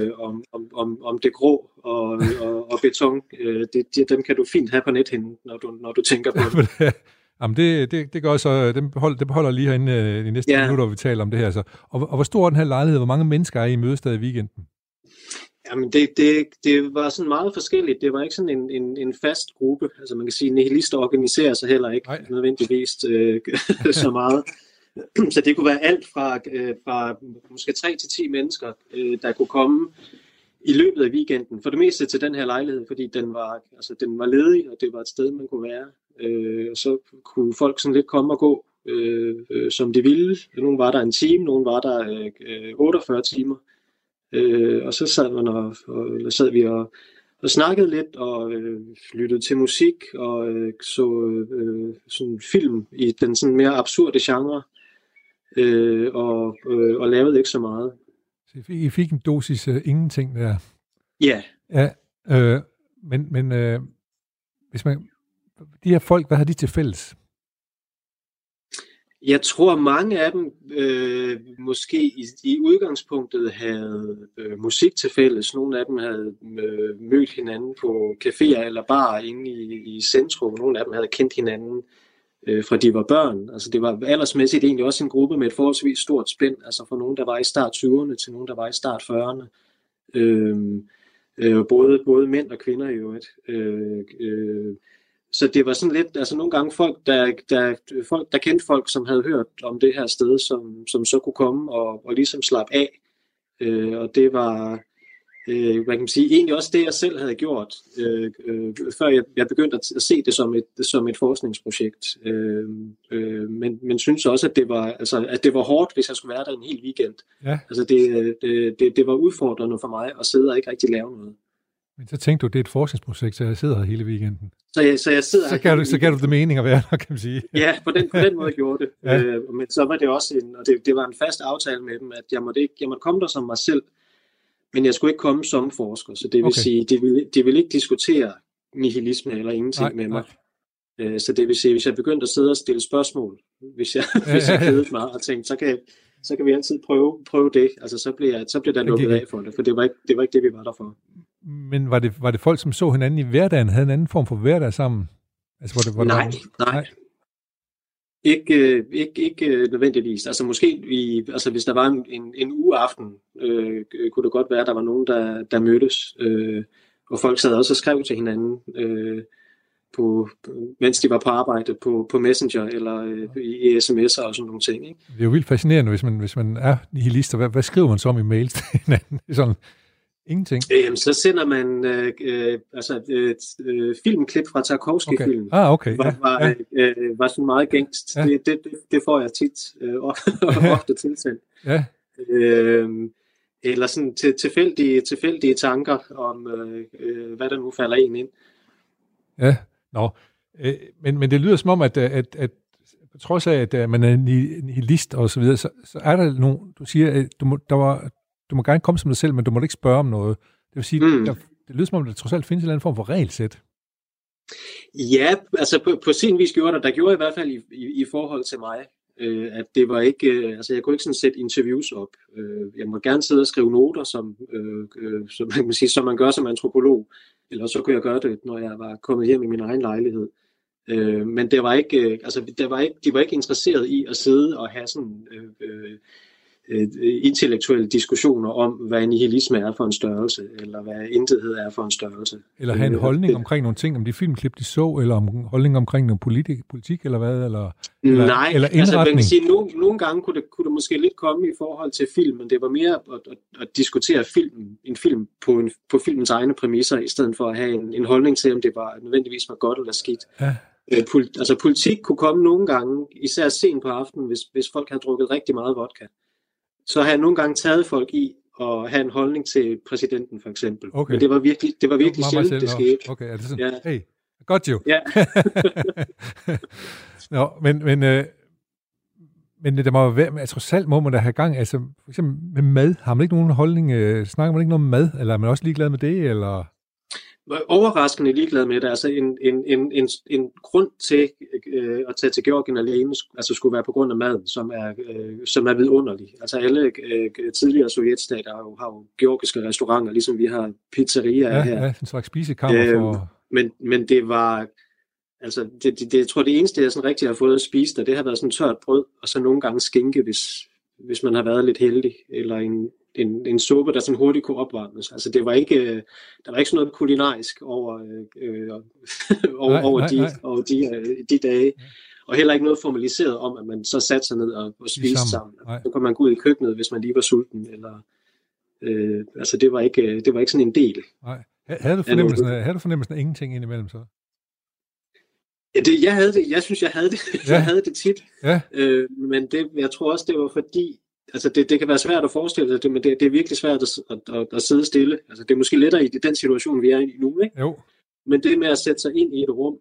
om det grå og beton. Dem kan du fint have på nethinden, når du tænker på det. Jamen det gør så, det beholder lige herinde de næste minutter, vi taler om det her. Så. Og hvor stor er den her lejlighed? Hvor mange mennesker er I mødested i weekenden? Jamen det var sådan meget forskelligt. Det var ikke sådan en fast gruppe. Altså man kan sige, nihilister organiserer sig heller ikke nødvendigvis så meget. Så det kunne være alt fra måske 3 til 10 mennesker, der kunne komme i løbet af weekenden. For det meste til den her lejlighed, fordi den var ledig, og det var et sted, man kunne være. Så kunne folk sådan lidt komme og gå, som de ville. Nogle var der en time, nogle var der 48 timer. Og så sad vi og snakkede lidt og lyttede til musik og så sådan film i den sådan mere absurde genre og lavede ikke så meget. Så I fik en dosis ingenting der? Ja. Men hvis man, de her folk, hvad har de til fælles? Jeg tror, mange af dem måske i udgangspunktet havde musik til fælles. Nogle af dem havde mødt hinanden på caféer eller barer inde i centrum. Nogle af dem havde kendt hinanden fra de var børn. Altså det var aldersmæssigt egentlig også en gruppe med et forholdsvis stort spænd. Altså fra nogen, der var i start 20'erne til nogen, der var i start 40'erne. Både mænd og kvinder i øvrigt. Så det var sådan lidt, altså nogle gange folk, der kendte folk, som havde hørt om det her sted, som så kunne komme og ligesom slappe af. Og det var, hvad kan man sige, egentlig også det, jeg selv havde gjort, før jeg begyndte at se det som et forskningsprojekt. Men synes også, at det var hårdt, hvis jeg skulle være der en hel weekend. Ja. Altså det var udfordrende for mig at sidde og ikke rigtig lave noget. Men så tænkte du, det er et forskningsprojekt, så jeg sidder her hele weekenden. Så jeg sidder her. Så gav du det mening at være der, kan man sige. Ja, på den måde gjorde det. Ja. Men så var det også det var en fast aftale med dem, at jeg måtte komme der som mig selv, men jeg skulle ikke komme som forsker. Så det vil sige, de ville ikke diskutere nihilisme eller ingenting med mig. Så det vil sige, hvis jeg begyndte at sidde og stille spørgsmål, hvis jeg kedede mig og tænkte, så kan vi altid prøve det. Altså så blev der lukket af for det, for det var ikke det, vi var der for. Men var det folk, som så hinanden i hverdagen, havde en anden form for hverdag sammen? Altså, Nej. Ikke nødvendigvis. Altså måske, hvis der var en ugeaften, kunne det godt være, at der var nogen, der mødtes, og folk sad også og skrev til hinanden, mens de var på arbejde på Messenger eller i sms'er og sådan nogle ting. Ikke? Det er jo vildt fascinerende, hvis man er nihilist, og hvad skriver man så om i mails til hinanden? Sådan ingenting. Så sender man filmklip fra Tarkovsky-film. Okay. Var sådan meget gængst. Ja. Det får jeg tit ofte tilsendt. Ja. Eller sådan tilfældige tanker om, hvad der nu falder en ind. Ja, men det lyder som om, at på trods af, at man er nihilist og så videre, så er der nogen, du siger, at du må gerne komme som dig selv, men du må ikke spørge om noget. Det vil sige, det lyder som om, der trods alt findes en eller anden form for regelsæt. Ja, altså på sin vis gjorde der gjorde i hvert fald i forhold til mig, at det var ikke, altså jeg kunne ikke sådan sætte interviews op. Jeg må gerne sidde og skrive noter, som man kan sige, som man gør som antropolog, eller så kunne jeg gøre det, når jeg var kommet hjem i min egen lejlighed. Men det var ikke, de var ikke interesseret i at sidde og have sådan intellektuelle diskussioner om, hvad nihilisme er for en størrelse, eller hvad intethed er for en størrelse. Eller have en holdning omkring nogle ting, om de filmklip, de så, eller om holdning omkring noget politik, eller hvad? Eller nej, eller altså man kan sige, nogle gange kunne det måske lidt komme i forhold til film, men det var mere at diskutere en film på filmens egne præmisser, i stedet for at have en holdning til, om det var nødvendigvis var godt eller skidt. Ja. Altså politik kunne komme nogle gange, især sent på aftenen, hvis folk havde drukket rigtig meget vodka. Så har jeg nogle gange taget folk i at have en holdning til præsidenten, for eksempel. Okay. Men det var virkelig sjældent, det skete. Okay, er det sådan? Ja. Hey, got you. Ja. Men det må være, altså trods alt må man da have gang, altså for eksempel med mad, har man ikke nogen holdning, snakker man ikke noget om mad, eller er man også ligeglad med det, eller? Overraskende ligeglad med det. Altså en grund til at tage til Georgien alene, altså skulle være på grund af maden, som er vidunderlig. Altså alle tidligere sovjetstater har jo georgiske restauranter, ligesom vi har pizzerier her. Ja, en slags spisekammer for. Men det var, altså jeg tror det eneste jeg sådan rigtig har fået at spise der, det har været sådan tørt brød og så nogle gange skinke, hvis man har været lidt heldig, eller en suppe, der sådan hurtigt kunne opvarmes. Altså det var ikke, der var ikke sådan noget kulinarisk over de dage. Og heller ikke noget formaliseret om, at man så satte sig ned og spiste sammen. Så kunne man gå ud i køkkenet, hvis man lige var sulten. Eller, altså det var ikke sådan en del. Nej. Havde du fornemmelsen af ingenting indimellem så? Ja, jeg havde det. Jeg synes, jeg havde det. Ja. Jeg havde det tit. Ja. Men jeg tror også, det var fordi, altså det kan være svært at forestille sig det, men det er virkelig svært at sidde stille. Altså det er måske lettere i den situation, vi er i nu, ikke? Jo. Men det med at sætte sig ind i et rum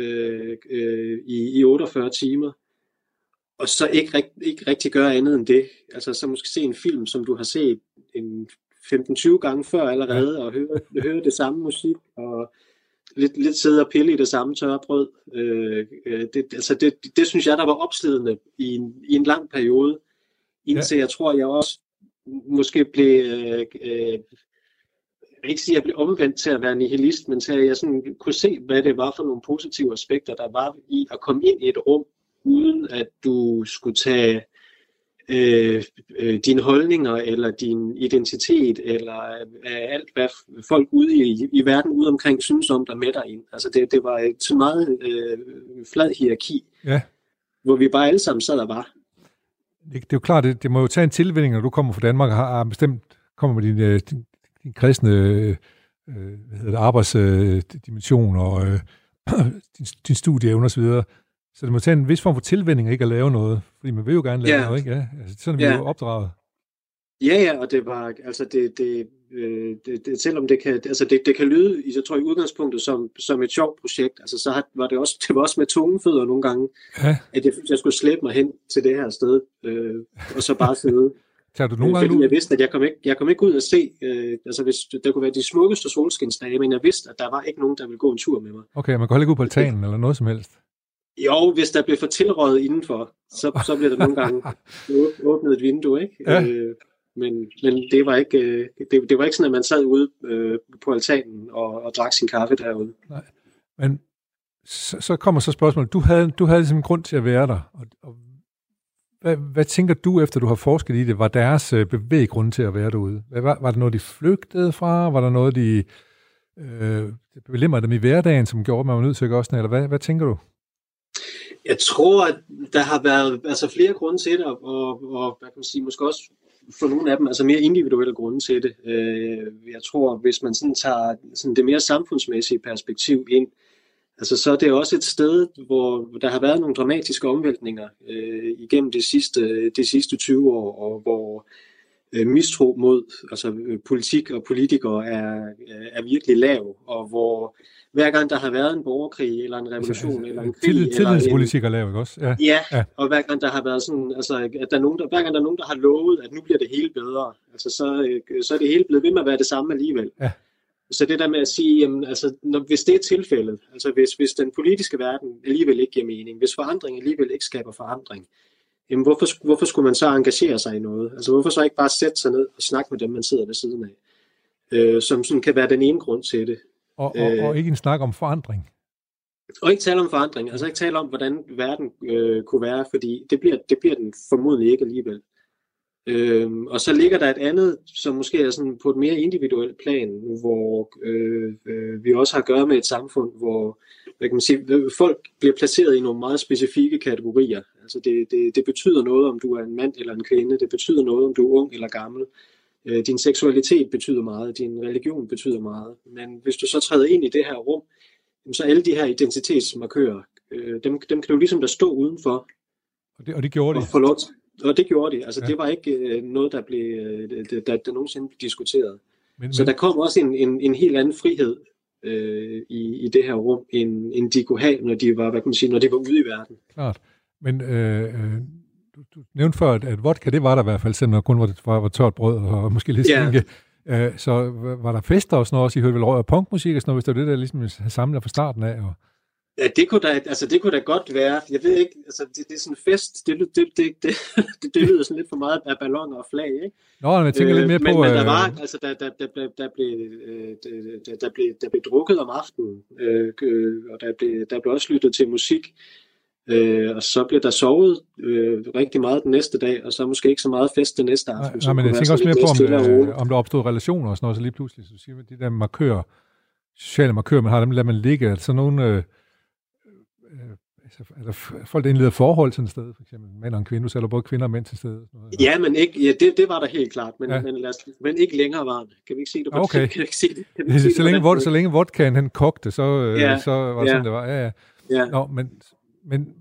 i 48 timer, og så ikke rigtig gøre andet end det. Altså så måske se en film, som du har set en 15-20 gange før allerede, og høre det samme musik, og lidt sidde og pille i det samme tørre brød. Det synes jeg, der var opslidende i en lang periode, indtil jeg tror, jeg også måske blev, jeg ikke sige, at jeg blev omvendt til at være nihilist, men til at jeg sådan kunne se, hvad det var for nogle positive aspekter, der var i at komme ind i et rum, uden at du skulle tage dine holdninger, eller din identitet, eller alt, hvad folk ude i verden ude omkring synes om dig med dig ind. Altså det var et så meget flad hierarki, hvor vi bare alle sammen sad og var. Det er jo klart, det må jo tage en tilvænning, når du kommer fra Danmark og har bestemt kommer med din kristne arbejdsdimension og din studieevne og så videre. Så det må tage en vis form for tilvænning ikke at lave noget, fordi man vil jo gerne lave noget, ikke? Ja, altså, sådan er vi jo opdraget. Ja, og det var, altså selvom det kan, altså det kan lyde, jeg tror i udgangspunktet som et sjovt projekt, altså så var det var også med tunge fødder nogle gange, at jeg skulle slæbe mig hen til det her sted, og så bare sidde. Tager du nogle gange fordi jeg vidste, at jeg kom ikke ud at se, altså hvis der kunne være de smukkeste solskinsdage, men jeg vidste, at der var ikke nogen, der ville gå en tur med mig. Okay, man kan heller ikke ud på altanen eller noget som helst. Jo, hvis der blev for tilrådet indenfor, så bliver der nogle gange åbnet et vindue, ikke? Ja. Men det var ikke det var ikke sådan, at man sad ude på altanen og drak sin kaffe derude. Nej. Men så kommer så spørgsmålet. Du havde ligesom en grund til at være der. Og hvad tænker du, efter du har forsket i det, var deres bevæggrund til at være derude? Var det noget, de flygtede fra? Var der noget, de belemrede dem i hverdagen, som gjorde, at man var nødt til at gøre sådan? Eller hvad tænker du? Jeg tror, at der har været flere grunde til det, og hvad kan man sige, måske også for nogle af dem, altså mere individuelle grunde til det. Jeg tror, hvis man sådan tager sådan det mere samfundsmæssige perspektiv ind, altså så er det også et sted, hvor der har været nogle dramatiske omvæltninger igennem de sidste 20 år, og hvor mistro mod politik og politikere er virkelig lav, og hvor hver gang der har været en borgerkrig, eller en revolution, eller en krig... Tillidspolitik er lav, ikke også? Ja, og hver gang der har været sådan, altså, at hver gang der er nogen, der har lovet, at nu bliver det hele bedre, altså, så er det hele blevet ved med at være det samme alligevel. Ja. Så det der med at sige, jamen, altså, hvis det er tilfældet, altså hvis den politiske verden alligevel ikke giver mening, hvis forandring alligevel ikke skaber forandring, jamen hvorfor skulle man så engagere sig i noget? Altså hvorfor så ikke bare sætte sig ned og snakke med dem, man sidder ved siden af? Som sådan kan være den ene grund til det. Og ikke en snak om forandring. Og ikke tale om forandring, altså ikke tale om, hvordan verden kunne være, fordi det bliver den formodentlig ikke alligevel. Og så ligger der et andet, som måske er sådan på et mere individuelt plan, hvor vi også har at gøre med et samfund, hvor hvad kan man sige, folk bliver placeret i nogle meget specifikke kategorier. Altså det betyder noget, om du er en mand eller en kvinde, det betyder noget, om du er ung eller gammel. Din seksualitet betyder meget, din religion betyder meget. Men hvis du så træder ind i det her rum, så alle de her identitetsmarkører, dem kan du ligesom der stå udenfor. Og det gjorde de? Og det gjorde de. Altså det var ikke noget, der nogensinde blev diskuteret. Så der kom også en helt anden frihed i det her rum, end de kunne have, når de var, hvad kan man sige, når de var ude i verden. Klart. Men du nævnte før, at vodka, det var der i hvert fald, selvom der kun var tørt brød og måske lidt skinke. Så var der fester og sådan noget også? I hørte vel røg punkmusik og sådan noget, hvis det var det, der ligesom samler fra starten af? Og... Ja, det kunne da godt være. Jeg ved ikke, altså det er sådan en fest, det lyder sådan lidt for meget af balloner og flag, ikke? Nå, men jeg tænker lidt mere på... Men der var, altså der blev drukket om aftenen, og der blev også lyttet til musik, og så blev der sovet rigtig meget den næste dag, og så måske ikke så meget fest den næste aften. Nej, men jeg tænker også mere på, om der opstod relationer og sådan noget, så lige pludselig, så siger man, de der markører, sociale markører, man har dem, lader man ligge, altså nogle... Altså folk, der indleder forhold til et sted, for eksempel mænd og en kvinde, så er der både kvinder og mænd til stede. Ja, men ikke, det var der helt klart, men ikke længere var det. Kan vi ikke sige det? Okay. Kan vi ikke sige det? Så længe vodkaen han kogte, så var det sådan, det var. Ja. Nå, men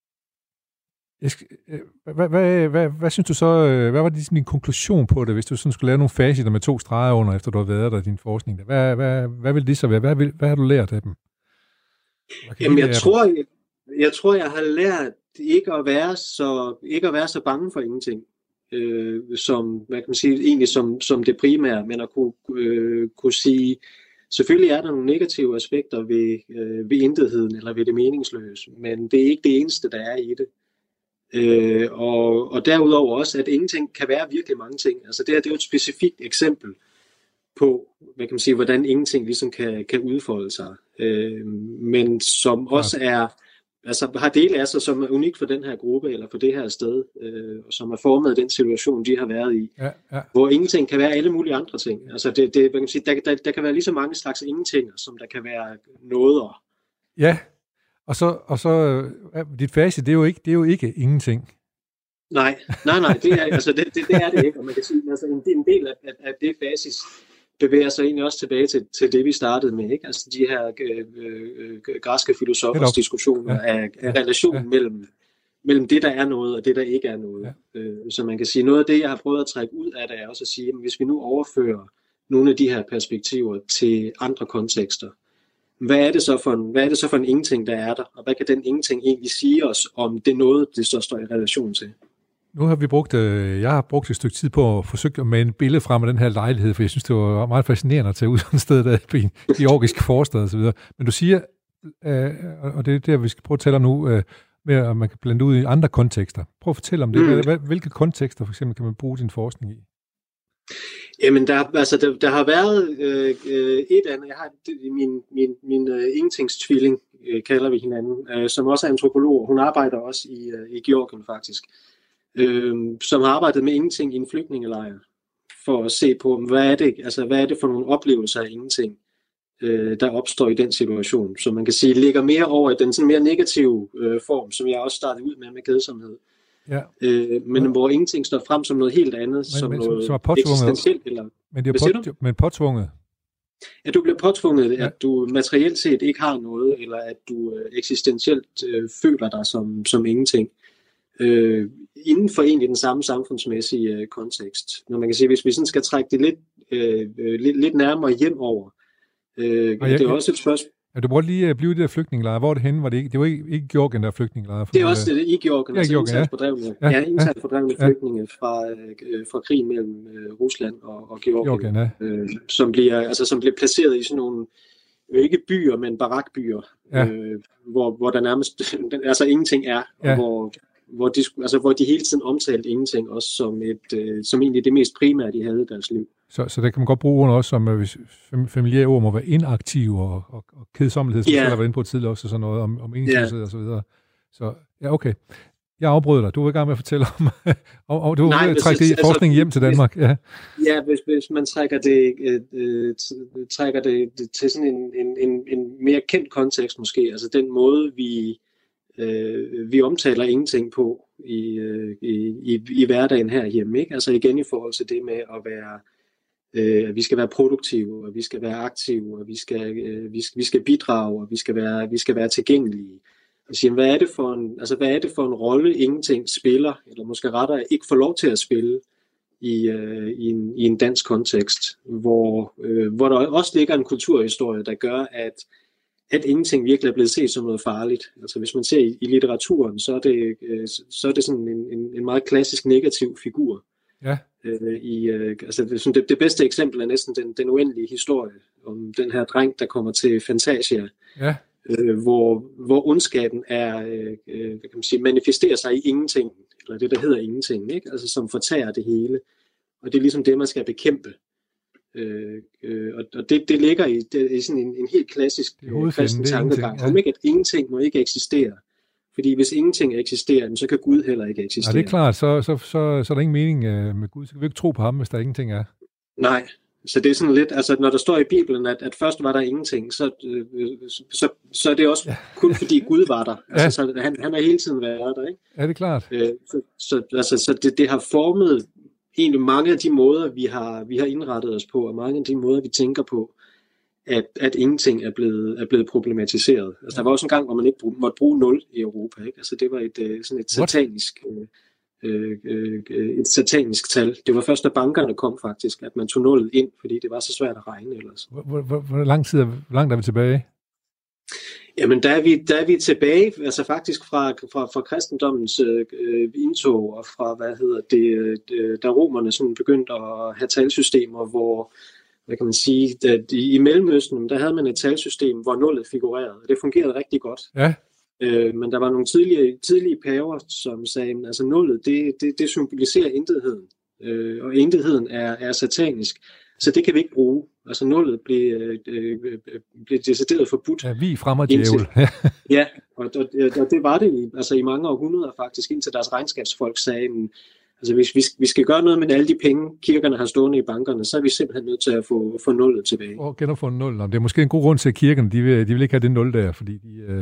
hvad synes du så, hvad var din konklusion på det, hvis du sådan skulle lave nogle facitter med 2 streger under, efter du har været der i din forskning? Hvad vil det så være? Hvad har du lært af dem? Jamen, jeg tror, jeg har lært ikke at være så bange for ingenting, som, hvad kan man sige, egentlig som det primære, men at kunne sige, Selvfølgelig er der nogle negative aspekter ved intetheden eller ved det meningsløse, men det er ikke det eneste, der er i det. Og derudover også, at ingenting kan være virkelig mange ting. Altså det er jo et specifikt eksempel på, hvad kan man sige, hvordan ingenting ligesom kan udfolde sig. Men som også er, altså har dele af sig, som er unikt for den her gruppe, eller for det her sted, og som er formet af den situation, de har været i. Ja. Hvor ingenting kan være alle mulige andre ting. Altså hvad kan man sige, der kan være lige så mange slags ingenting, som der kan være nåder. Ja, og så dit facit, det er jo ikke ingenting. Nej, det er, altså det er det ikke, og man kan sige, altså en del af det facit bevæger sig egentlig også tilbage til det, vi startede med, ikke? Altså de her græske filosofers diskussioner af relationen mellem det, der er noget, og det, der ikke er noget. Ja. Så man kan sige, noget af det, jeg har prøvet at trække ud af det, er også at sige, at hvis vi nu overfører nogle af de her perspektiver til andre kontekster, hvad er det så for en ingenting, der er der, og hvad kan den ingenting egentlig sige os om det noget, det så står i relation til? Nu har jeg har brugt et stykke tid på at forsøge at male et billede frem af den her lejlighed, for jeg synes, det var meget fascinerende at tage ud sådan et sted, der er på en georgisk forstad og så videre. Men du siger, og det er det, vi skal prøve at tale om nu, med at man kan blande ud i andre kontekster. Prøv at fortælle om det. Hvilke kontekster for eksempel kan man bruge din forskning i? Jamen, der har været et andet. Jeg har min ingentingstvilling, kalder vi hinanden, som også er antropolog. Hun arbejder også i Georgien faktisk. Som har arbejdet med ingenting i en flygtningelejr, for at se på, hvad er det for nogle oplevelser af ingenting, der opstår i den situation, som man kan sige ligger mere over i den sådan mere negative form, som jeg også startede ud med kedsomhed. Ja. Men hvor ingenting står frem som noget helt andet, som noget eksistentielt. Men påtvunget. At du bliver påtvunget, at du materielt set ikke har noget, eller at du eksistentielt føler dig som ingenting. Inden for egentlig den samme samfundsmæssige kontekst. Når man kan sige, hvis vi sådan skal trække det lidt nærmere hjem over, det er også et spørgsmål. Ja, du burde lige blive i det der flygtningelejre. Hvor er det henne? Det var ikke Georgien, der er flygtningelejre. Det er også det i Georgien. Internt fordrevne flygtninge fra krigen mellem Rusland og Georgien. Som bliver placeret i sådan nogle, ikke byer, men barakbyer, hvor der nærmest ingenting er, og hvor de hele tiden omtalte ingenting også som egentlig det mest primære, de havde i deres liv. Så der kan man godt bruge ordene også, som hvis familiære ord må være inaktive og kedsommelighed, som jeg har været inde på tidligere også, sådan noget om enighed og så videre. Så ja, okay. Jeg afbryder dig. Du er i gang med at fortælle om, du vil trække forskning hjem til Danmark. Ja, hvis man trækker det til sådan en mere kendt kontekst måske, altså den måde, vi omtaler ingenting på i hverdagen herhjemme, ikke? Altså igen i forhold til det med at være, at vi skal være produktive, og vi skal være aktive, og vi skal bidrage, og vi skal være tilgængelige. Altså, hvad er det for en rolle ingenting spiller, eller måske rettere ikke får lov til at spille i en dansk kontekst, hvor der også ligger en kulturhistorie, der gør, at ingenting virkelig er blevet set som noget farligt. Altså hvis man ser i litteraturen, så er det sådan en meget klassisk negativ figur. Ja. Det bedste eksempel er næsten den uendelige historie om den her dreng, der kommer til Fantasia, hvor ondskaben hvad kan man sige, manifesterer sig i ingenting, eller det der hedder ingenting, ikke? Altså som fortærer det hele. Og det er ligesom det, man skal bekæmpe. Og det ligger i sådan en helt klassisk kristen tankegang. Om ikke at ingenting må ikke eksistere. Fordi hvis ingenting eksisterer, så kan Gud heller ikke eksistere. Ja, det er klart. Så er der ingen mening med Gud. Så kan vi ikke tro på ham, hvis der ingenting er. Nej. Så det er sådan lidt, altså når der står i Bibelen, at først var der ingenting, så er det også kun fordi Gud var der. Altså, så han har hele tiden været der, ikke? Ja, det er klart. Så det har formet egentlig mange af de måder, vi har indrettet os på, og mange af de måder, vi tænker på, at ingenting er blevet problematiseret. Altså, der var også en gang, hvor man ikke måtte bruge 0 i Europa, ikke? Altså, det var et satanisk tal. Det var først, da bankerne kom faktisk, at man tog 0 ind, fordi det var så svært at regne ellers. Hvor langt er vi tilbage? Jamen, der er vi tilbage, altså faktisk fra kristendommens indtog, og fra, da romerne sådan begyndte at have talsystemer, hvad kan man sige, i Mellemøsten, der havde man et talsystem, hvor nullet figurerede, og det fungerede rigtig godt. Ja. Men der var nogle tidlige paver, som sagde, altså nullet, det symboliserer intetheden, og intetheden er satanisk, så det kan vi ikke bruge. Altså nullet blev decideret forbudt. Ja, vi fremmer djævel. Ja, og det var det altså i mange århundreder faktisk, indtil deres regnskabsfolk sagde, altså hvis vi skal gøre noget med alle de penge, kirkerne har stående i bankerne, så er vi simpelthen nødt til at få nullet tilbage. Og genopfå nullet. Det er måske en god grund til, at kirkerne de vil ikke have det nul der, fordi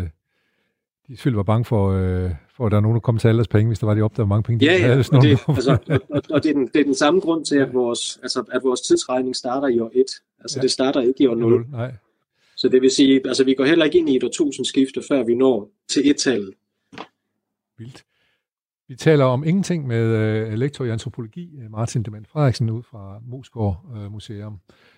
de selvfølgelig var bange for, at der er nogen, der kom til alles penge, hvis der var de opdagede mange penge. Og det er den samme grund til, at vores tidsregning starter i år 1. Altså det starter ikke i år 0. Nej. Så det vil sige, altså vi går heller ikke ind i et årtusindskifte, før vi når til 1-tallet. Vildt. Vi taler om ingenting med lektor i antropologi, Martin Demand Frederiksen, ud fra Moesgaard Museum.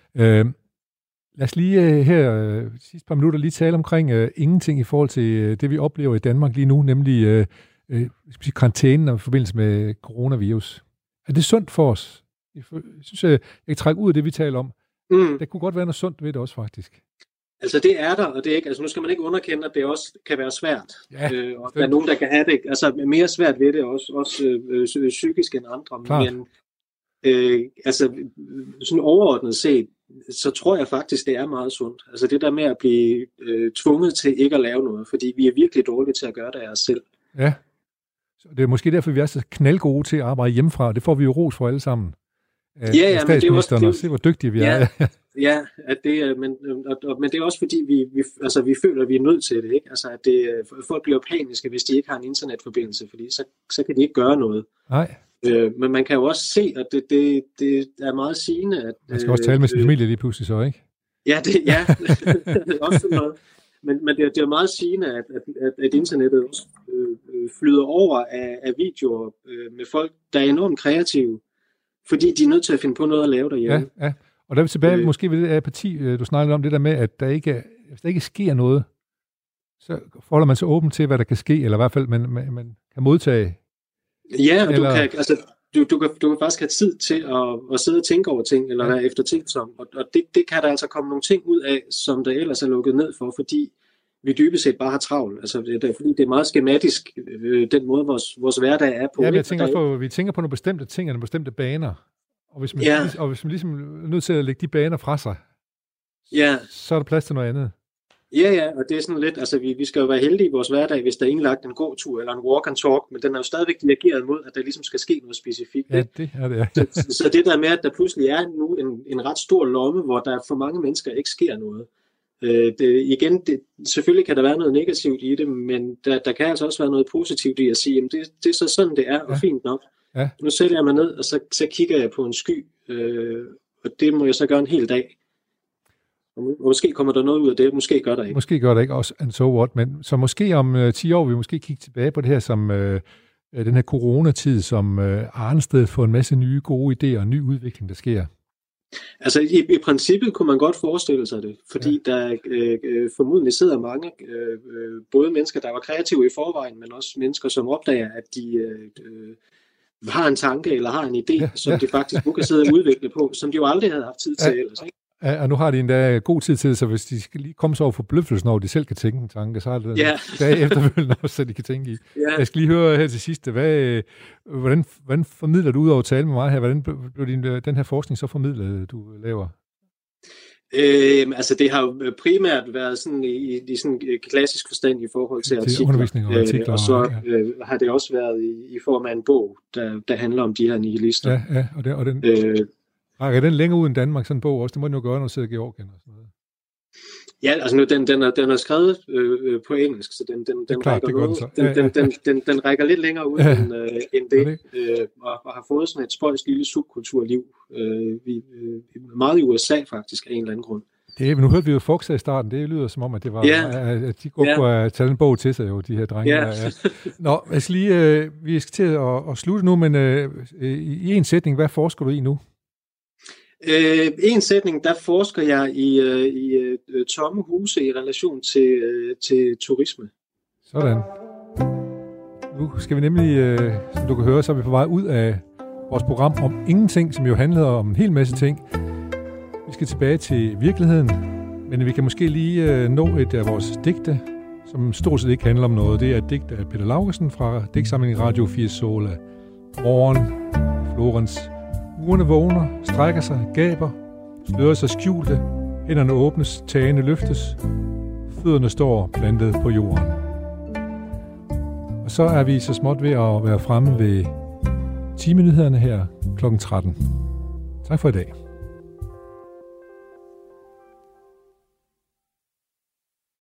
Lad os lige her sidste par minutter lige tale omkring ingenting i forhold til det, vi oplever i Danmark lige nu, nemlig karantænen i forbindelse med coronavirus. Er det sundt for os? Jeg synes, jeg kan trække ud af det, vi taler om. Der kunne godt være noget sundt ved det også, faktisk. Altså det er der, og det er ikke, altså nu skal man ikke underkende, at det også kan være svært. Ja, og der er nogen, der kan have det, altså mere svært ved det, også psykisk end andre. Klart. Men altså sådan overordnet set, så tror jeg faktisk, det er meget sundt. Altså det der med at blive tvunget til ikke at lave noget, fordi vi er virkelig dårlige til at gøre det af os selv. Ja, så det er måske derfor, vi er så knaldgode til at arbejde hjemmefra, og det får vi jo ros for alle sammen. Ja, men det er også... Se, hvor dygtige vi er. Ja, at det, men det er også fordi, vi føler, at vi er nødt til det. Ikke? Altså, at folk bliver paniske, hvis de ikke har en internetforbindelse, fordi så kan de ikke gøre noget. Nej. Men man kan jo også se, at det er meget sigende. At, man skal også tale med sin familie lige pludselig så, ikke? Ja, det er også sådan noget. Men det er meget sigende, at internettet også flyder over af videoer med folk, der er enormt kreative, fordi de er nødt til at finde på noget at lave derhjemme. Ja. Og der er vi tilbage måske ved det apati, du snakkede om det der med, at hvis der ikke sker noget, så forholder man sig åben til, hvad der kan ske, eller i hvert fald, man kan modtage. Ja, og du kan faktisk have tid til at sidde og tænke over ting, eller være eftertænksom. Og det kan der altså komme nogle ting ud af, som der ellers er lukket ned for, fordi vi dybest set bare har travlt. Altså, fordi det er meget skematisk, den måde, vores hverdag er på. Ja, men jeg tænker også på, vi tænker på nogle bestemte ting, nogle bestemte baner. Og hvis man ligesom er nødt til at lægge de baner fra sig, så er der plads til noget andet. Ja, og det er sådan lidt, altså vi skal jo være heldige i vores hverdag, hvis der er indlagt en gåtur eller en walk and talk, men den er jo stadigvæk dirigeret mod, at der ligesom skal ske noget specifikt. Ja, det er det, ja. Så det der med, at der pludselig er nu en ret stor lomme, hvor der for mange mennesker ikke sker noget. Selvfølgelig kan der være noget negativt i det, men der kan altså også være noget positivt i at sige, jamen det er så sådan, det er, og fint nok. Ja. Nu sætter jeg mig ned, og så kigger jeg på en sky, og det må jeg så gøre en hel dag. Og måske kommer der noget ud af det, måske gør der ikke. Måske gør der ikke også, and so what, men så måske om 10 år, vi måske kigge tilbage på det her som den her coronatid, som arnested for en masse nye gode idéer og ny udvikling, der sker. Altså i princippet kunne man godt forestille sig det, fordi der formodentlig sidder mange, både mennesker, der var kreative i forvejen, men også mennesker, som opdager, at de har en tanke eller har en idé, som de faktisk nu kan sidde og udvikle på, som de jo aldrig havde haft tid til ellers. Ikke? Ja, og nu har de endda god tid til det, så hvis de skal lige komme så over forbløffelsen over, de selv kan tænke en tanke, så er det dage efterfølgende også, så de kan tænke i. Ja. Jeg skal lige høre her til sidst, hvordan formidler du ud over at tale med mig her? Hvordan blev den her forskning så formidlet, du laver? Altså det har jo primært været sådan i sådan klassisk forstand i forhold til artikler, og så har det også været i form af en bog, der handler om de her nihilister. Ja, og den rækker den længere ud end Danmark, sådan en bog også? Det må den jo gøre, når du sidder i Georgien og sådan noget. Ja, altså nu, den er skrevet på engelsk, så den rækker lidt længere ud end det, og har fået sådan et spøjs lille subkulturliv, meget i USA faktisk, af en eller anden grund. Nu hørte vi jo Foxa i starten, det lyder som om, at det var, at de godt kunne tage den bog til sig, jo, de her drenge. Ja. Nå, altså lige, vi skal til at slutte nu, men i en sætning, hvad forsker du i nu? En sætning, der forsker jeg i tomme huse i relation til turisme. Sådan. Nu skal vi nemlig, som du kan høre, så er vi på vej ud af vores program om ingenting, som jo handlede om en hel masse ting. Vi skal tilbage til virkeligheden, men vi kan måske lige nå et af vores digte, som stort set ikke handler om noget. Det er et digt af Peter Laugesen fra digtsamlingen Radio 4 Sola. Morgen, Florens. Ugerne vågner, strækker sig, gaber, slører sig skjulte, hænderne åbnes, tagene løftes, fødderne står plantet på jorden. Og så er vi så småt ved at være fremme ved timenyhederne her kl. 13. Tak for i dag.